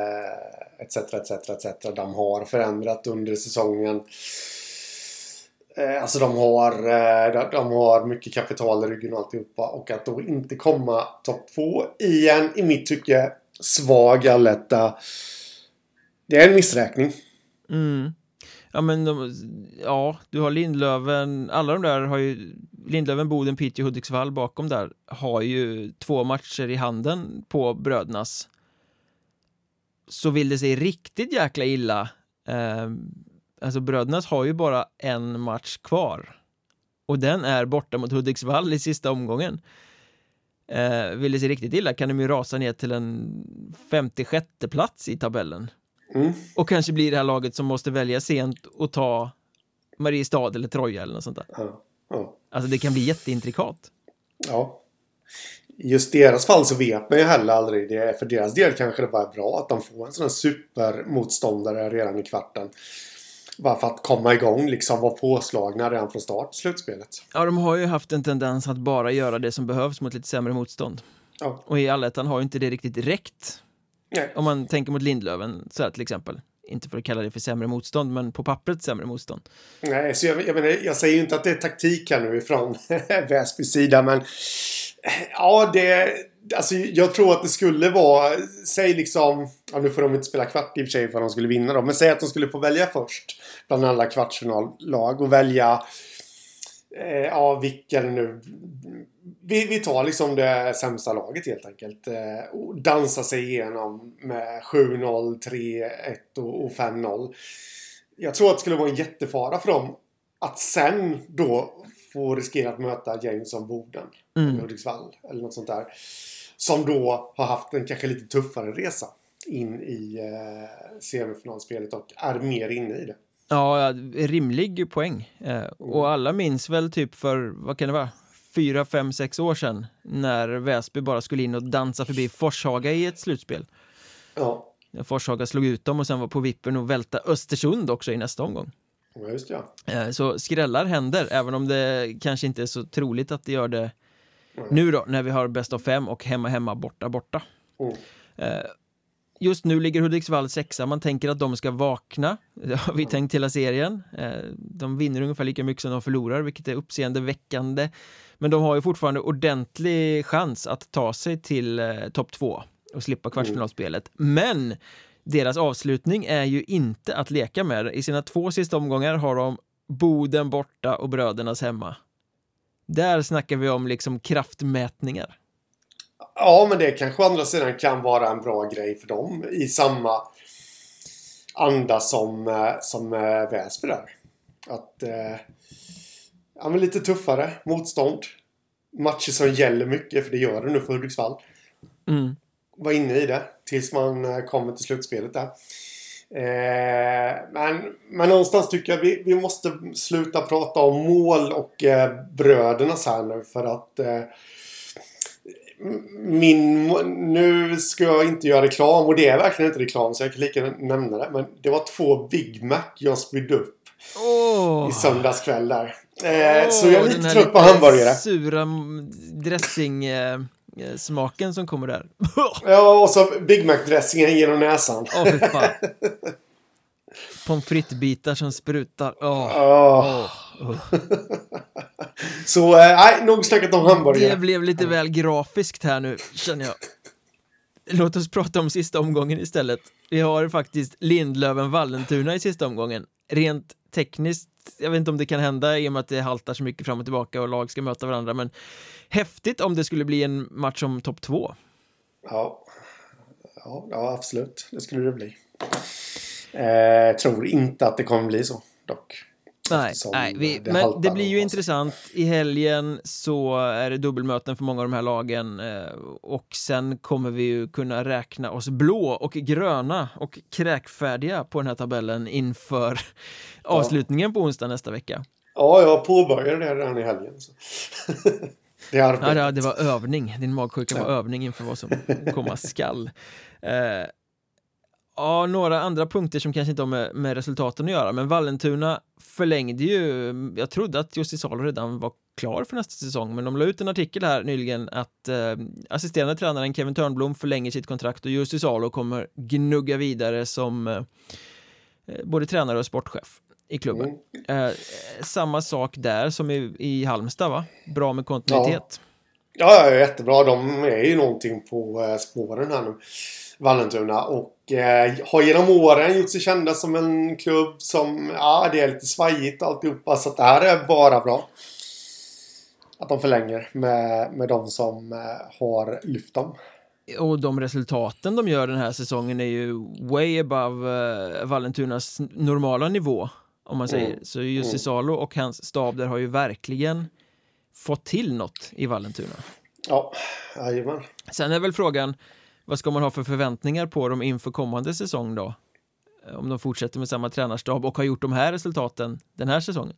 eh, etc, etc, et cetera. De har förändrat under säsongen. Eh, alltså de har, eh, de, de har mycket kapital i ryggen och alltihopa. Och att då inte komma topp två i en, i mitt tycke, svag alletta. Det är en missräkning. Mm. Ja, men de, ja, du har Lindlöven, alla de där har ju Lindlöven, Boden, Piteå, Hudiksvall bakom där har ju två matcher i handen på brödernas. Så vill det sig riktigt jäkla illa. Eh, alltså brödernas har ju bara en match kvar. Och den är borta mot Hudiksvall i sista omgången. Eh, vill det sig riktigt illa kan de ju rasa ner till en femtiosjätte plats i tabellen. Mm. Och kanske blir det här laget som måste välja sent och ta Mariestad eller Troja eller något sånt där. Ja, ja. Alltså det kan bli jätteintrikat. Ja. Just deras fall så vet man ju heller aldrig. Det är, för deras del kanske det bara är bra att de får en sån här supermotståndare redan i kvarten. Bara för att komma igång, liksom vara påslagna redan från start, slutspelet. Ja, de har ju haft en tendens att bara göra det som behövs mot lite sämre motstånd. Ja. Och i allettan har ju inte det riktigt räckt. Nej. Om man tänker mot Lindlöven så här till exempel. Inte för att kalla det för sämre motstånd, men på pappret sämre motstånd. Nej, så jag, jag, menar, jag säger ju inte att det är taktik här nu ifrån Väsbys sida, men ja, det, alltså jag tror att det skulle vara, säg liksom, ja, nu får de inte spela kvart i och för sig för att de skulle vinna då, men säg att de skulle få välja först bland alla kvartsfinallag och välja eh, ja, vilken nu vi, vi tar liksom det sämsta laget helt enkelt eh, och dansa sig igenom med sju noll, tre ett och, och fem noll. Jag tror att det skulle vara en jättefara för dem att sen då få riskera att möta gäng som Boden Mm. eller Hudiksvall eller något sånt där. Som då har haft en kanske lite tuffare resa in i eh, semifinalspelet och är mer inne i det. Ja, rimlig poäng. Eh, och alla minns väl typ för, vad kan det vara? Fyra, fem, sex år sedan när Väsby bara skulle in och dansa förbi Forshaga i ett slutspel. Ja. Forshaga slog ut dem och sen var på vippen och välta Östersund också i nästa omgång. Ja, just det, ja. Så skrällar händer, även om det kanske inte är så troligt att det gör det Mm. nu då, när vi har bäst av fem och hemma, hemma, borta, borta. Mm. Just nu ligger Hudiksvall sexa, man tänker att de ska vakna. Det har vi tänkt hela serien. De vinner ungefär lika mycket som de förlorar, vilket är uppseendeväckande. Men de har ju fortfarande ordentlig chans att ta sig till topp två och slippa kvartsfinalspelet. Men deras avslutning är ju inte att leka med. I sina två sista omgångar har de Boden borta och brödernas hemma. Där snackar vi om liksom kraftmätningar. Ja, men det kanske å andra sidan kan vara en bra grej för dem i samma anda som, som Väsby där. Att eh, ja, men lite tuffare motstånd. Matcher som gäller mycket, för det gör det nu för Hudiksvall. Mm. Var inne i det tills man kommer till slutspelet där. Eh, men, men någonstans tycker jag vi, vi måste sluta prata om mål och eh, brödernas här nu, för att eh, min, nu ska jag inte göra reklam, och det är verkligen inte reklam så jag kan lika nämna det, men det var två Big Mac jag spydde upp oh. i söndagskväll där. Eh, oh, så jag är lite trött på lite hamburgare. Sura dressing eh, smaken som kommer där. Ja, och så Big Mac-dressingen genom näsan. Åh, oh, fan. Pommes frites-bitar som sprutar. Åh. Oh. Oh. Oh. Så, nej, äh, nog snackat om hamburgare. Det blev lite väl grafiskt här nu, känner jag. Låt oss prata om sista omgången istället. Vi har faktiskt Lindlöven-Vallentuna i sista omgången. Rent tekniskt, jag vet inte om det kan hända i och med att det haltar så mycket fram och tillbaka och lag ska möta varandra, men häftigt om det skulle bli en match om topp två. Ja. Ja, ja, absolut. Det skulle det bli. Eh, tror inte att det kommer bli så, dock. Nej, nej vi, det men det blir ju intressant. I helgen så är det dubbelmöten för många av de här lagen eh, och sen kommer vi ju kunna räkna oss blå och gröna och kräkfärdiga på den här tabellen inför ja. avslutningen på onsdag nästa vecka. Ja, jag påbörjade det redan i helgen. Så. det, ja, det, det var övning. Din magsjuka ja. var övning inför vad som komma skall. Eh, Ja, några andra punkter som kanske inte har med, med resultaten att göra, men Vallentuna förlängde ju, jag trodde att Jussi Salo redan var klar för nästa säsong, men de la ut en artikel här nyligen att eh, assisterande tränaren Kevin Törnblom förlänger sitt kontrakt och Jussi Salo kommer gnugga vidare som eh, både tränare och sportchef. i klubben. Mm. Eh, samma sak där som i, i Halmstad, va? Bra med kontinuitet. Ja. Ja, jättebra. De är ju någonting på eh, spåren här nu. Vallentuna. Och eh, har genom åren gjort sig kända som en klubb som, ja, det är lite svajigt alltihopa. Så att det här är bara bra. Att de förlänger med, med de som eh, har lyft dem. Och de resultaten de gör den här säsongen är ju way above uh, Vallentunas normala nivå, om man säger. Mm. Så Jussi mm. Salo och hans stab där har ju verkligen fått till något i Vallentuna. Ja, jajamän. Sen är väl frågan, vad ska man ha för förväntningar på dem inför kommande säsong då? Om de fortsätter med samma tränarstab och har gjort de här resultaten den här säsongen.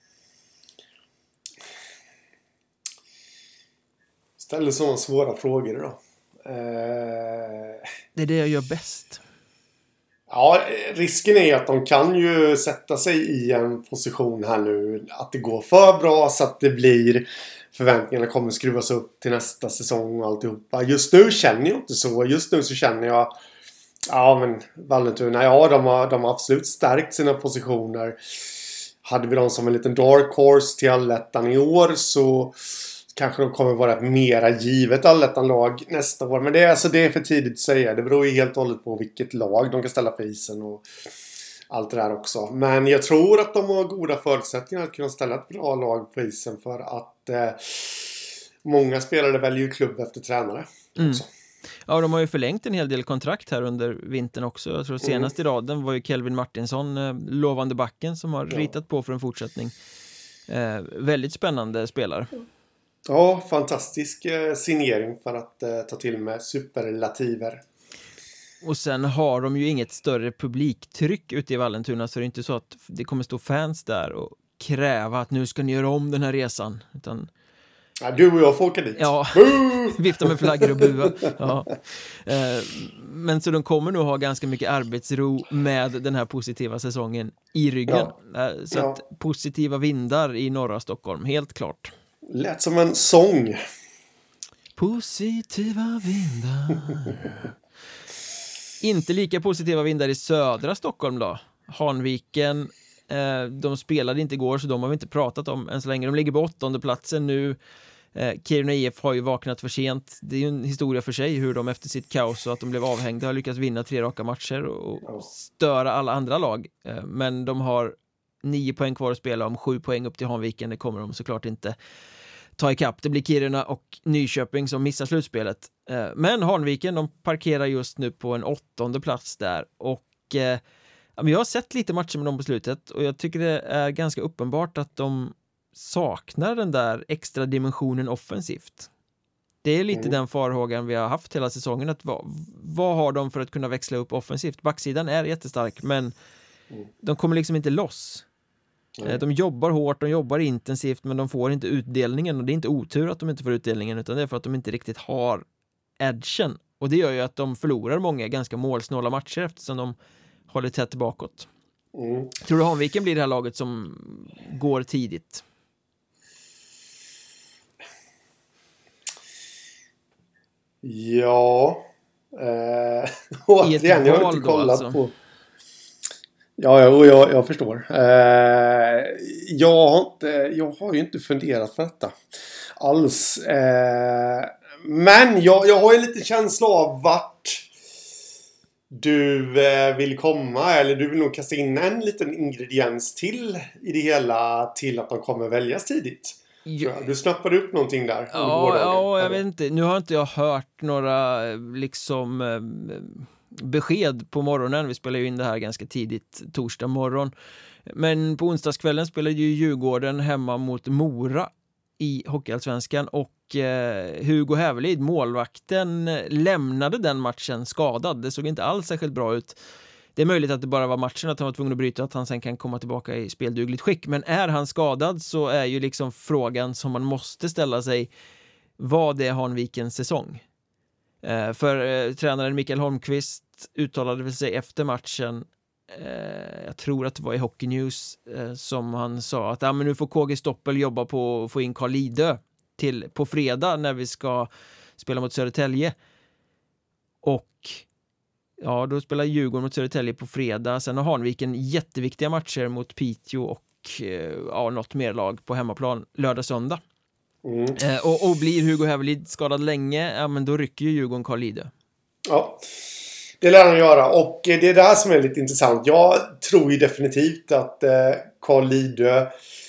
Ställer sådana svåra frågor då. Eh... Det är det jag gör bäst. Ja, risken är att de kan ju sätta sig i en position här nu att det går för bra så att det blir, förväntningarna kommer skruvas upp till nästa säsong och alltihopa. Just nu känner jag inte så. Just nu så känner jag, ja men Vallentuna, ja de har, de har absolut stärkt sina positioner. Hade vi dem som en liten dark horse till allettan i år så kanske de kommer vara ett mera givet allettan-lag nästa år. Men det är, alltså, det är för tidigt att säga. Det beror ju helt och hållet på vilket lag de kan ställa på isen och allt det där också. Men jag tror att de har goda förutsättningar att kunna ställa ett bra lag på isen för att eh, många spelare väljer ju klubb efter tränare mm. också. Ja, de har ju förlängt en hel del kontrakt här under vintern också. Jag tror senast mm. i raden var ju Kelvin Martinsson, eh, lovande backen, som har ja. ritat på för en fortsättning. Eh, väldigt spännande spelare. Ja, fantastisk eh, signering för att eh, ta till med superlativer. Och sen har de ju inget större publiktryck ute i Vallentuna, så det är inte så att det kommer stå fans där och kräva att nu ska ni göra om den här resan, utan ja, du och jag får åka dit. Ja, vifta med flaggor och bua. Ja. Eh, men så de kommer nog ha ganska mycket arbetsro med den här positiva säsongen i ryggen. Ja. Eh, så ja. att positiva vindar i norra Stockholm, helt klart. Lät som en sång. Positiva vindar. Inte lika positiva vindar i södra Stockholm då. Hanviken, eh, de spelade inte igår så de har vi inte pratat om än så länge. De ligger på åttonde platsen nu. eh, Kiruna I F har ju vaknat för sent. Det är ju en historia för sig hur de efter sitt kaos och att de blev avhängda har lyckats vinna tre raka matcher och, och störa alla andra lag. eh, Men de har nio poäng kvar att spela, om sju poäng upp till Hanviken. Det kommer de såklart inte ta ikapp. Det blir Kiruna och Nyköping som missar slutspelet. Men Hanviken, de parkerar just nu på en åttonde plats där. Och eh, jag har sett lite matcher med dem på slutet och jag tycker det är ganska uppenbart att de saknar den där extra dimensionen offensivt. Det är lite mm. den farhågan vi har haft hela säsongen, att vad, vad har de för att kunna växla upp offensivt? Backsidan är jättestark, men mm. de kommer liksom inte loss. Mm. De jobbar hårt, de jobbar intensivt, men de får inte utdelningen, och det är inte otur att de inte får utdelningen, utan det är för att de inte riktigt har edgen, och det gör ju att de förlorar många ganska målsnåla matcher eftersom de håller tätt bakåt. Mm. Tror du Hanviken blir det här laget som går tidigt? Ja eh, återigen, jag har inte kollat alltså. på Ja, jag, jag, jag förstår. Eh, jag, har inte, jag har ju inte funderat på detta alls. Eh, men jag, jag har ju lite känsla av vart du eh, vill komma. Eller du vill nog kasta in en liten ingrediens till i det hela, till att de kommer väljas tidigt. Ja. Du snappade upp någonting där. Ja, ja, jag vet inte. Nu har inte jag hört några liksom besked på morgonen. Vi spelar ju in det här ganska tidigt torsdag morgon. Men på onsdagskvällen spelade ju Djurgården hemma mot Mora i Hockeyallsvenskan, och eh, Hugo Hävelid, målvakten, lämnade den matchen skadad. Det såg inte alls särskilt bra ut. Det är möjligt att det bara var matchen, att han var tvungen att bryta, att han sen kan komma tillbaka i speldugligt skick. Men är han skadad så är ju liksom frågan som man måste ställa sig, vad är Hanvikens säsong? Eh, för eh, tränaren Mikael Holmqvist uttalade väl sig efter matchen, eh, jag tror att det var i Hockey News, eh, som han sa att ah, men nu får K G Stoppel jobba på att få in Carl Lidö till på fredag när vi ska spela mot Södertälje. Och Ja, då spelar Djurgården mot Södertälje på fredag. Sen har Hanviken jätteviktiga matcher mot Piteå och ja, något mer lag på hemmaplan lördag-söndag. Mm. Eh, och, och blir Hugo Hävelid skadad länge, ja men då rycker ju Djurgården Carl Lidö. Ja, det lär han göra. Och det är det här som är lite intressant. Jag tror ju definitivt att eh, Carl Lidö...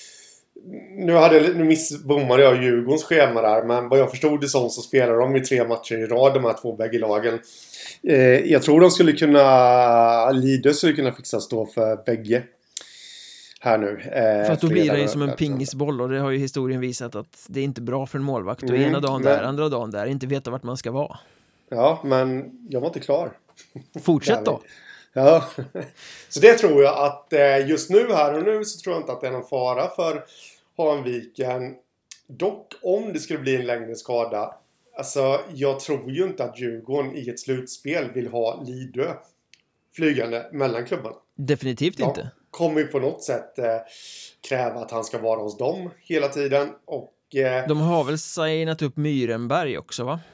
Nu, hade, nu missbommade jag Djurgårdens schema där, men vad jag förstod det som så spelar de ju tre matcher i rad, de här två bägge lagen. Eh, jag tror de skulle kunna... Lidö skulle kunna fixa stå för bägge här nu. Eh, för att då blir det ju som en pingisboll, och det har ju historien visat att det är inte bra för en målvakt. Och mm, ena dagen men... där, andra dagen där, inte veta vart man ska vara. Ja, men jag var inte klar. Fortsätt då. Ja, så det tror jag att eh, just nu här och nu så tror jag inte att det är någon fara för Hanviken. Dock om det skulle bli en längre skada, alltså jag tror ju inte att Djurgården i ett slutspel vill ha Lidö flygande mellan klubbarna. Definitivt De inte. kommer ju på något sätt eh, kräva att han ska vara hos dem hela tiden. Och, eh, de har väl signat upp Myrenberg också, va?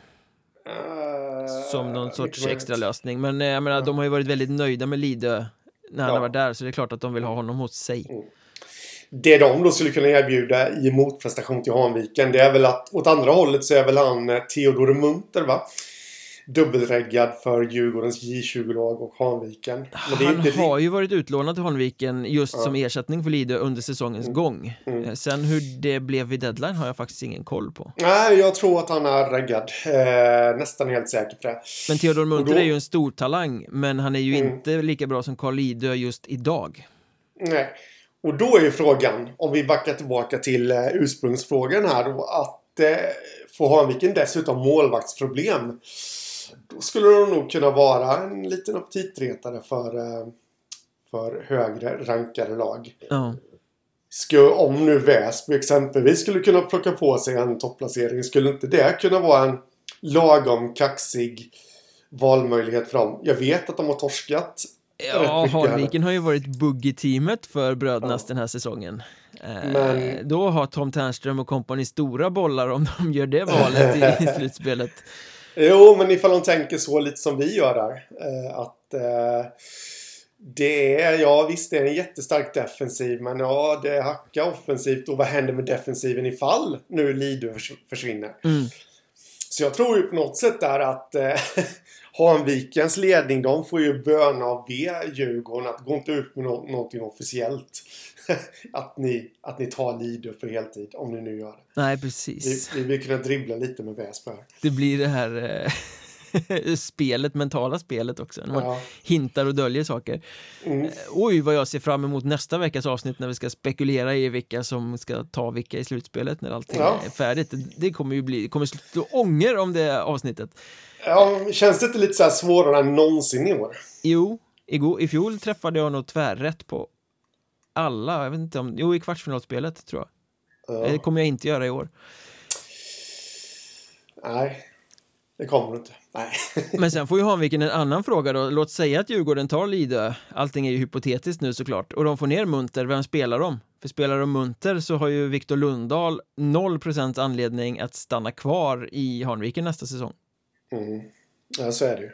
Uh, som någon sorts extra lösning. Men jag menar, ja. de har ju varit väldigt nöjda med Lidö när han ja. har varit där, så det är klart att de vill ha honom hos sig. Mm. Det de då skulle kunna erbjuda i motprestation till Hanviken, det är väl att åt andra hållet så är väl han Theodor Munter, va? Dubbelreggad för Djurgårdens J tjugo-lag och Hanviken. Men det är han inte har det... ju varit utlånad till Hanviken just ja. som ersättning för Lidö under säsongens mm. gång. Mm. Sen hur det blev vid deadline har jag faktiskt ingen koll på. Nej, jag tror att han är reggad. Eh, nästan helt säker på det. Men Theodor Munter då... är ju en stor talang, men han är ju mm. inte lika bra som Carl Lidö just idag. Nej. Och då är ju frågan, om vi backar tillbaka till eh, ursprungsfrågan här då, att eh, få Hanviken dessutom målvaktsproblem. Då skulle det nog kunna vara en liten aptitretare för, för högre rankade lag. Ja. Skulle, om nu Väsby exempelvis skulle kunna plocka på sig en topplacering, skulle inte det kunna vara en lagom kaxig valmöjlighet för dem? Jag vet att de har torskat. Ja, Hanviken har ju varit buggy-teamet för brödernas ja. den här säsongen. Men... Då har Tom Ternström och kompani stora bollar om de gör det valet i, i slutspelet. Jo, men ifall de tänker så lite som vi gör där. Eh, att eh, det är, ja visst det är en jättestark defensiv. Men ja, det hackar offensivt. Och vad händer med defensiven ifall nu Lidö försvinner? Mm. Så jag tror ju på något sätt där att eh, Hanvikens ledning, de får ju böna av be Djurgården att gå inte ut med no- någonting officiellt. att, ni, att ni tar Lidö för heltid, om ni nu gör det. Nej, precis. Vi, vi vill kunna dribbla lite med Väsby här. Det blir det här eh, spelet, mentala spelet också. När man ja. hintar och döljer saker. Mm. Eh, oj, vad jag ser fram emot nästa veckas avsnitt när vi ska spekulera i vilka som ska ta vilka i slutspelet när allting ja. är färdigt. Det, det kommer ju bli, det kommer stå ånger om det avsnittet. Ja, känns det inte lite så här svårare än någonsin i år? Jo, igår, i fjol träffade jag nog tvärrätt på alla, jag vet inte om, jo i kvartsfinalspelet tror jag. Ja. Det kommer jag inte göra i år. Nej, det kommer du inte. Nej. Men sen får ju Hanviken en annan fråga då. Låt säga att Djurgården tar Lidö. Allting är ju hypotetiskt nu såklart. Och de får ner Munter. Vem spelar de? För spelar de Munter så har ju Victor Lundahl noll procent anledning att stanna kvar i Hanviken nästa säsong. Mm. Ja, så är det ju.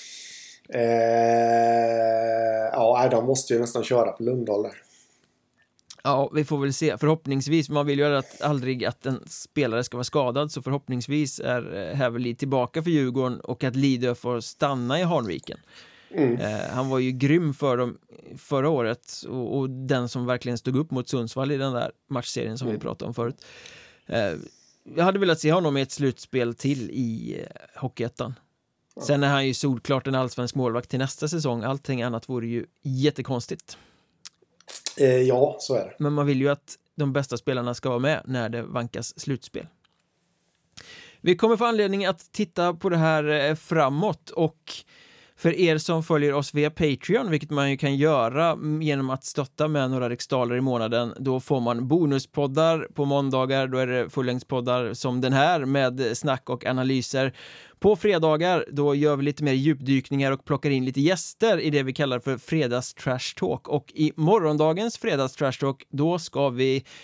Eh, ja, de måste ju nästan köra på Lundahl där. Ja, vi får väl se. Förhoppningsvis, man vill ju att aldrig att en spelare ska vara skadad, så förhoppningsvis är Hävelid tillbaka för Djurgården och att Lidö får stanna i Hanviken. Mm. Eh, han var ju grym för dem förra året och, och den som verkligen stod upp mot Sundsvall i den där matchserien som mm. vi pratade om förut. Eh, jag hade velat se honom i ett slutspel till i eh, Hockeyettan. Ja. Sen är han ju solklart en allsvensk målvakt till nästa säsong. Allting annat vore ju jättekonstigt. Eh, ja, så är det. Men man vill ju att de bästa spelarna ska vara med när det vankas slutspel. Vi kommer få anledning att titta på det här framåt, och för er som följer oss via Patreon, vilket man ju kan göra genom att stötta med några riksdaler i månaden, då får man bonuspoddar på måndagar, då är det fullängdspoddar som den här med snack och analyser. På fredagar då gör vi lite mer djupdykningar och plockar in lite gäster i det vi kallar för fredags trash talk, och i morgondagens fredags trash talk då ska vi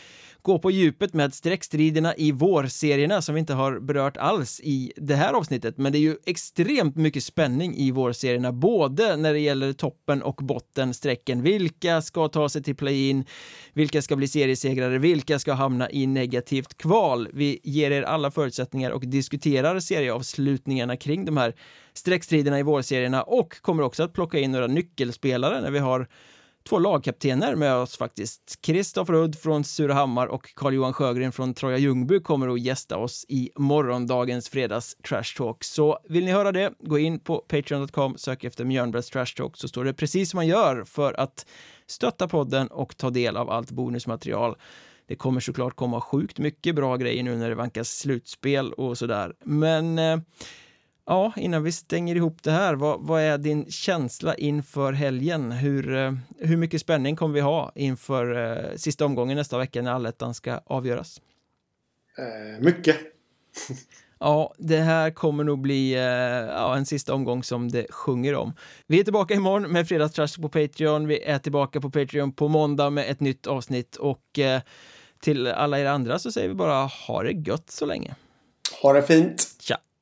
gå på djupet med streckstriderna i vårserierna som vi inte har berört alls i det här avsnittet. Men det är ju extremt mycket spänning i vårserierna, både när det gäller toppen och botten strecken. Vilka ska ta sig till play-in? Vilka ska bli seriesegrare? Vilka ska hamna i negativt kval? Vi ger er alla förutsättningar och diskuterar serieavslutningarna kring de här streckstriderna i vårserierna och kommer också att plocka in några nyckelspelare när vi har två lagkaptener med oss faktiskt. Kristoffer Udd från Surahammar och Carl-Johan Sjögren från Troja Ljungby kommer att gästa oss i morgondagens fredags Trash Talk. Så vill ni höra det, gå in på patreon dot com, sök efter Mjörnbergs Trash Talk, så står det precis som man gör för att stötta podden och ta del av allt bonusmaterial. Det kommer såklart komma sjukt mycket bra grejer nu när det vankas slutspel och sådär. Men eh, ja, innan vi stänger ihop det här, vad, vad är din känsla inför helgen? Hur, eh, hur mycket spänning kommer vi ha inför eh, sista omgången nästa vecka när allettan ska avgöras? Eh, mycket. Ja, det här kommer nog bli eh, ja, en sista omgång som det sjunger om. Vi är tillbaka imorgon med Fredagstrash på Patreon. Vi är tillbaka på Patreon på måndag med ett nytt avsnitt. Och eh, till alla er andra så säger vi bara ha det gött så länge. Ha det fint. Tja.